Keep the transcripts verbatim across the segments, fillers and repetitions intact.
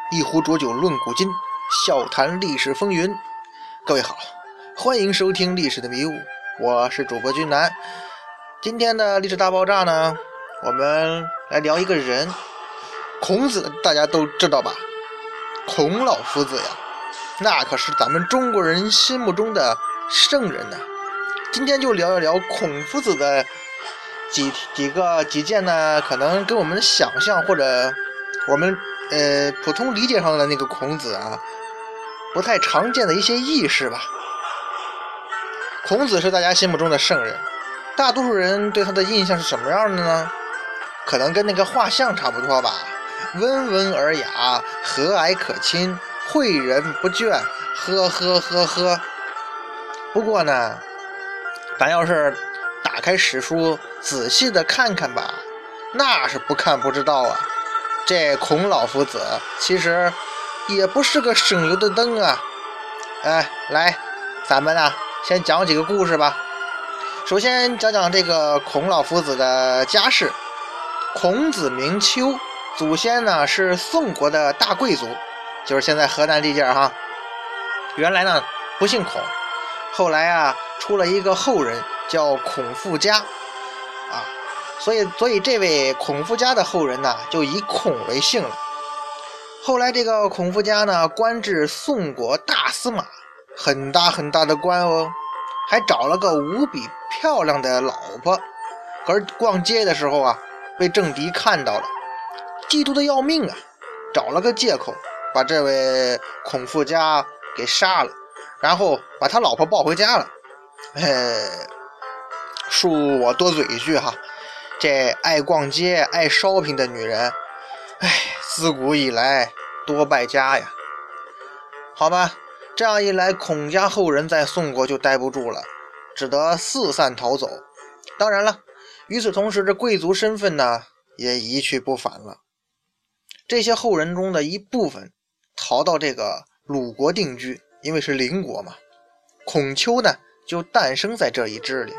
一壶浊酒论古今，笑谈历史风云。各位好，欢迎收听历史的迷雾，我是主播君南。今天的历史大爆炸呢，我们来聊一个人，孔子大家都知道吧？孔老夫子呀，那可是咱们中国人心目中的圣人呢。今天就聊一聊孔夫子的几几个几件呢，可能跟我们想象或者我们呃普通理解上的那个孔子啊，不太常见的一些轶事吧。孔子是大家心目中的圣人，大多数人对他的印象是什么样的呢？可能跟那个画像差不多吧，温文尔雅，和蔼可亲，诲人不倦，呵呵呵呵。不过呢，咱要是打开史书仔细的看看吧，那是不看不知道啊。这孔老夫子其实也不是个省油的灯啊。哎，来，咱们啊先讲几个故事吧。首先讲讲这个孔老夫子的家世。孔子名丘，祖先呢是宋国的大贵族，就是现在河南地界哈。原来呢不姓孔，后来啊出了一个后人叫孔富家啊，所以所以这位孔富家的后人呢就以孔为姓了。后来这个孔富家呢官至宋国大司马，很大很大的官哦，还找了个无比漂亮的老婆。可是逛街的时候啊被政敌看到了，嫉妒的要命啊，找了个借口把这位孔富家给杀了，然后把他老婆抱回家了。呃，恕我多嘴一句哈，这爱逛街爱 shopping 的女人，哎，自古以来多败家呀。好吧，这样一来，孔家后人在宋国就待不住了，只得四散逃走。当然了，与此同时，这贵族身份呢也一去不返了。这些后人中的一部分逃到这个鲁国定居，因为是邻国嘛。孔丘呢就诞生在这一支里。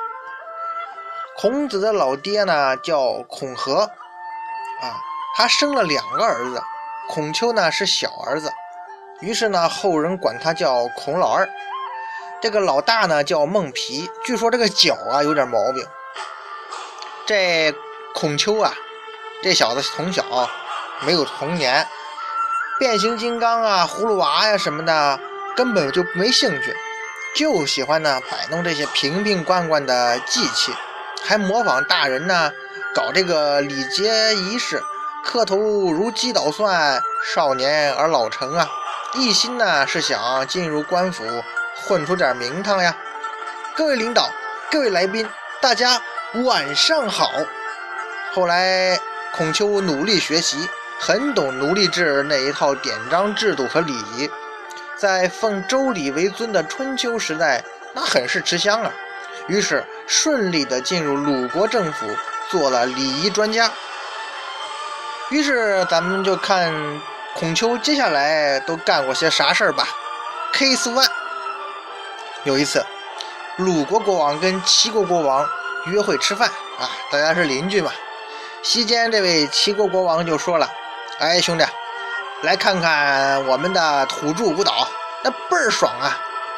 孔子的老爹呢叫孔和啊，他生了两个儿子，孔丘呢是小儿子，于是呢后人管他叫孔老二。这个老大呢叫孟皮，据说这个脚啊有点毛病。这孔丘啊，这小子从小没有童年，变形金刚啊葫芦娃呀什么的根本就没兴趣，就喜欢呢摆弄这些瓶瓶罐罐的祭器，还模仿大人呢搞这个礼节仪式，磕头如鸡捣蒜，少年而老成啊，一心呢是想进入官府混出点名堂呀。各位领导，各位来宾，大家晚上好。后来孔丘努力学习，很懂奴隶制那一套典章制度和礼仪，在奉周礼为尊的春秋时代，那很是吃香啊。于是顺利的进入鲁国政府，做了礼仪专家。于是咱们就看孔丘接下来都干过些啥事儿吧。 Case one， 有一次鲁国国王跟齐国国王约会吃饭啊，大家是邻居嘛。席间这位齐国国王就说了，哎兄弟，来看看我们的土著舞蹈，那倍儿爽啊。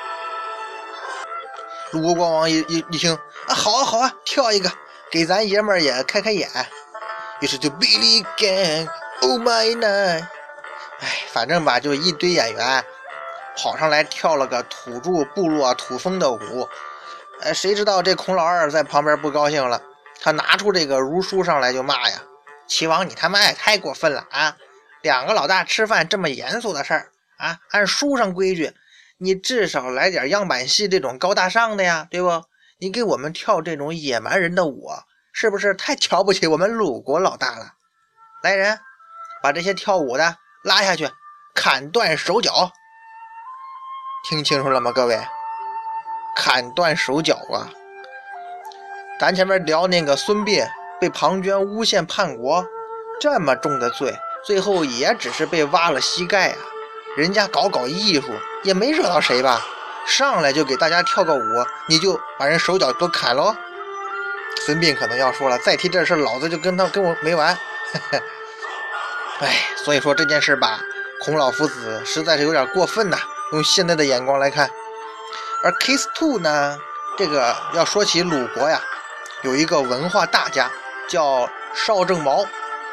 鲁国国王一一一听啊，好啊好啊，跳一个给咱爷们儿也开开眼。于是就 Billy Gang Oh My Night， 哎，反正吧就一堆演员跑上来跳了个土著部落土风的舞。哎，谁知道这孔老二在旁边不高兴了，他拿出这个儒书上来就骂呀，齐王你他妈也太过分了啊，两个老大吃饭这么严肃的事儿啊，按书上规矩你至少来点样板戏这种高大上的呀，对不？你给我们跳这种野蛮人的舞，是不是太瞧不起我们鲁国老大了？来人，把这些跳舞的拉下去，砍断手脚。听清楚了吗各位？砍断手脚啊。咱前面聊那个孙膑被庞涓诬陷叛国，这么重的罪，最后也只是被挖了膝盖啊。人家搞搞艺术也没惹到谁吧，上来就给大家跳个舞，你就把人手脚都砍了。孙膑可能要说了，再提这事老子就跟他跟我没完。哎，所以说这件事吧， 孔老夫子实在是有点过分呐，用现在的眼光来看。而 case two 呢，这个要说起鲁国呀，有一个文化大家叫邵正毛，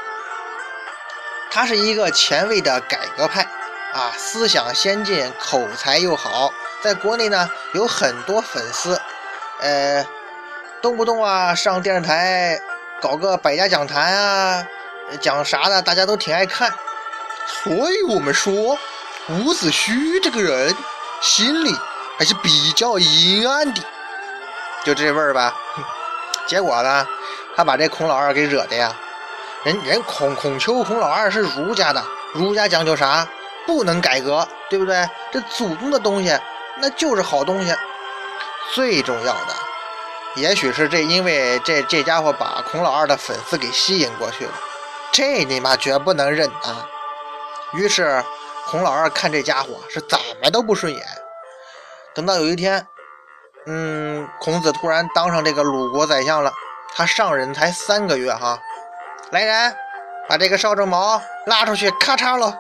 他是一个前卫的改革派啊，思想先进，口才又好，在国内呢有很多粉丝，呃，动不动啊上电视台搞个百家讲坛啊，讲啥的大家都挺爱看。所以我们说伍子胥这个人心里还是比较阴暗的，就这味儿吧。结果呢，他把这孔老二给惹的呀，人人孔孔丘孔老二是儒家的，儒家讲究啥？不能改革，对不对？这祖宗的东西那就是好东西。最重要的，也许是这因为这这家伙把孔老二的粉丝给吸引过去了，这你妈绝不能忍啊！于是孔老二看这家伙是怎么都不顺眼。等到有一天，嗯，孔子突然当上这个鲁国宰相了，他上任才三个月哈。来人，把这个邵正毛拉出去，咔嚓了，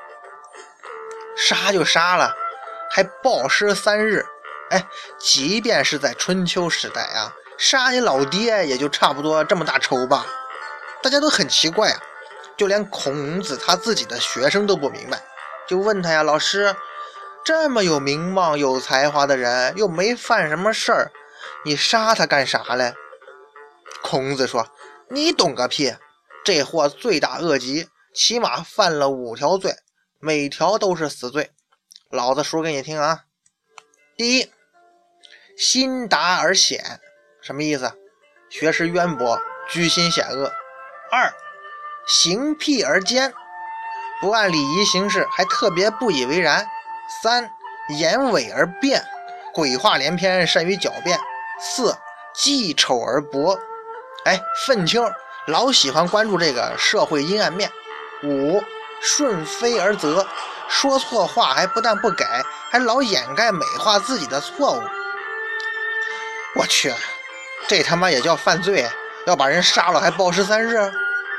杀就杀了，还暴尸三日。哎，即便是在春秋时代啊，杀你老爹也就差不多这么大仇吧。大家都很奇怪啊，就连孔子他自己的学生都不明白，就问他呀，老师，这么有名望有才华的人，又没犯什么事儿，你杀他干啥嘞？孔子说，你懂个屁，这货罪大恶极，起码犯了五条罪，每条都是死罪。老子说给你听啊。第一，心达而险，什么意思？学识渊博，居心险恶。二，行辟而奸，不按礼仪行事，还特别不以为然。三，言伪而辩，鬼话连篇，善于狡辩。四，记丑而博，哎，愤青，老喜欢关注这个社会阴暗面。五，顺非而责，说错话还不但不改，还老掩盖美化自己的错误。我去，这他妈也叫犯罪？要把人杀了还暴尸三日？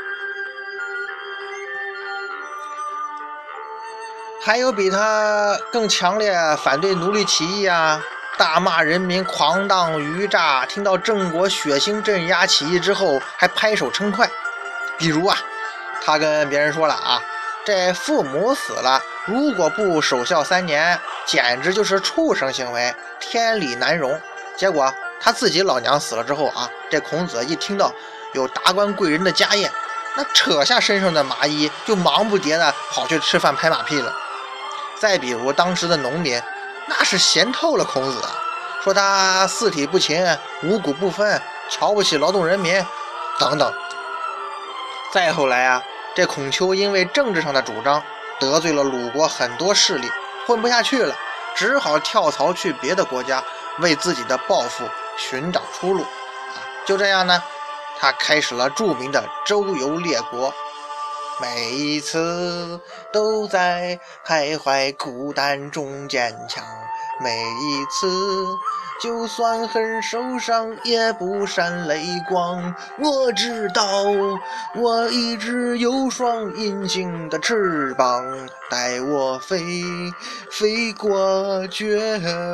还有比他更强烈反对奴隶起义啊，大骂人民狂荡愚诈，听到郑国血腥镇压起义之后还拍手称快。比如啊，他跟别人说了啊，这父母死了如果不守孝三年，简直就是畜生行为，天理难容。结果他自己老娘死了之后啊，这孔子一听到有达官贵人的家宴，那扯下身上的麻衣就忙不迭的跑去吃饭拍马屁了。再比如当时的农民，那是闲透了孔子，说他四体不勤，五谷不分，瞧不起劳动人民等等。再后来啊，这孔丘因为政治上的主张得罪了鲁国很多势力，混不下去了，只好跳槽去别的国家，为自己的抱负寻找出路。就这样呢，他开始了著名的周游列国，每一次都在徘徊孤单中坚强，每一次就算很受伤也不闪泪光。我知道我一直有双隐形的翅膀，带我飞飞过绝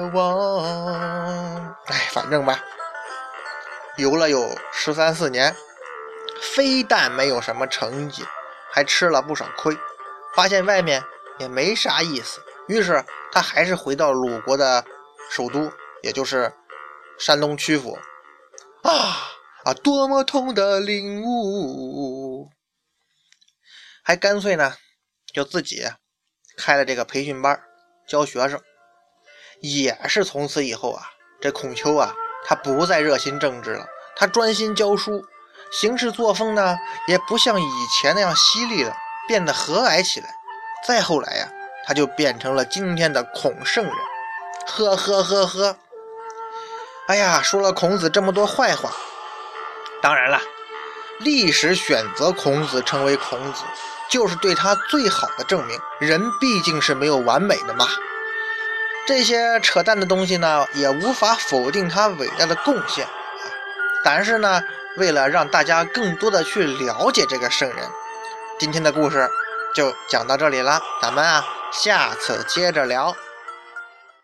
望。哎，反正吧，游了有十三四年，非但没有什么成绩，还吃了不少亏，发现外面也没啥意思，于是他还是回到鲁国的首都，也就是山东曲阜。啊啊！多么痛的领悟！还干脆呢，就自己开了这个培训班教学生。也是从此以后啊，这孔丘啊，他不再热心政治了，他专心教书，行事作风呢也不像以前那样犀利了，变得和蔼起来。再后来呀、啊，他就变成了今天的孔圣人。呵呵呵呵。哎呀，说了孔子这么多坏话，当然了，历史选择孔子成为孔子，就是对他最好的证明。人毕竟是没有完美的嘛。这些扯淡的东西呢，也无法否定他伟大的贡献。但是呢，为了让大家更多的去了解这个圣人，今天的故事就讲到这里了，咱们啊下次接着聊。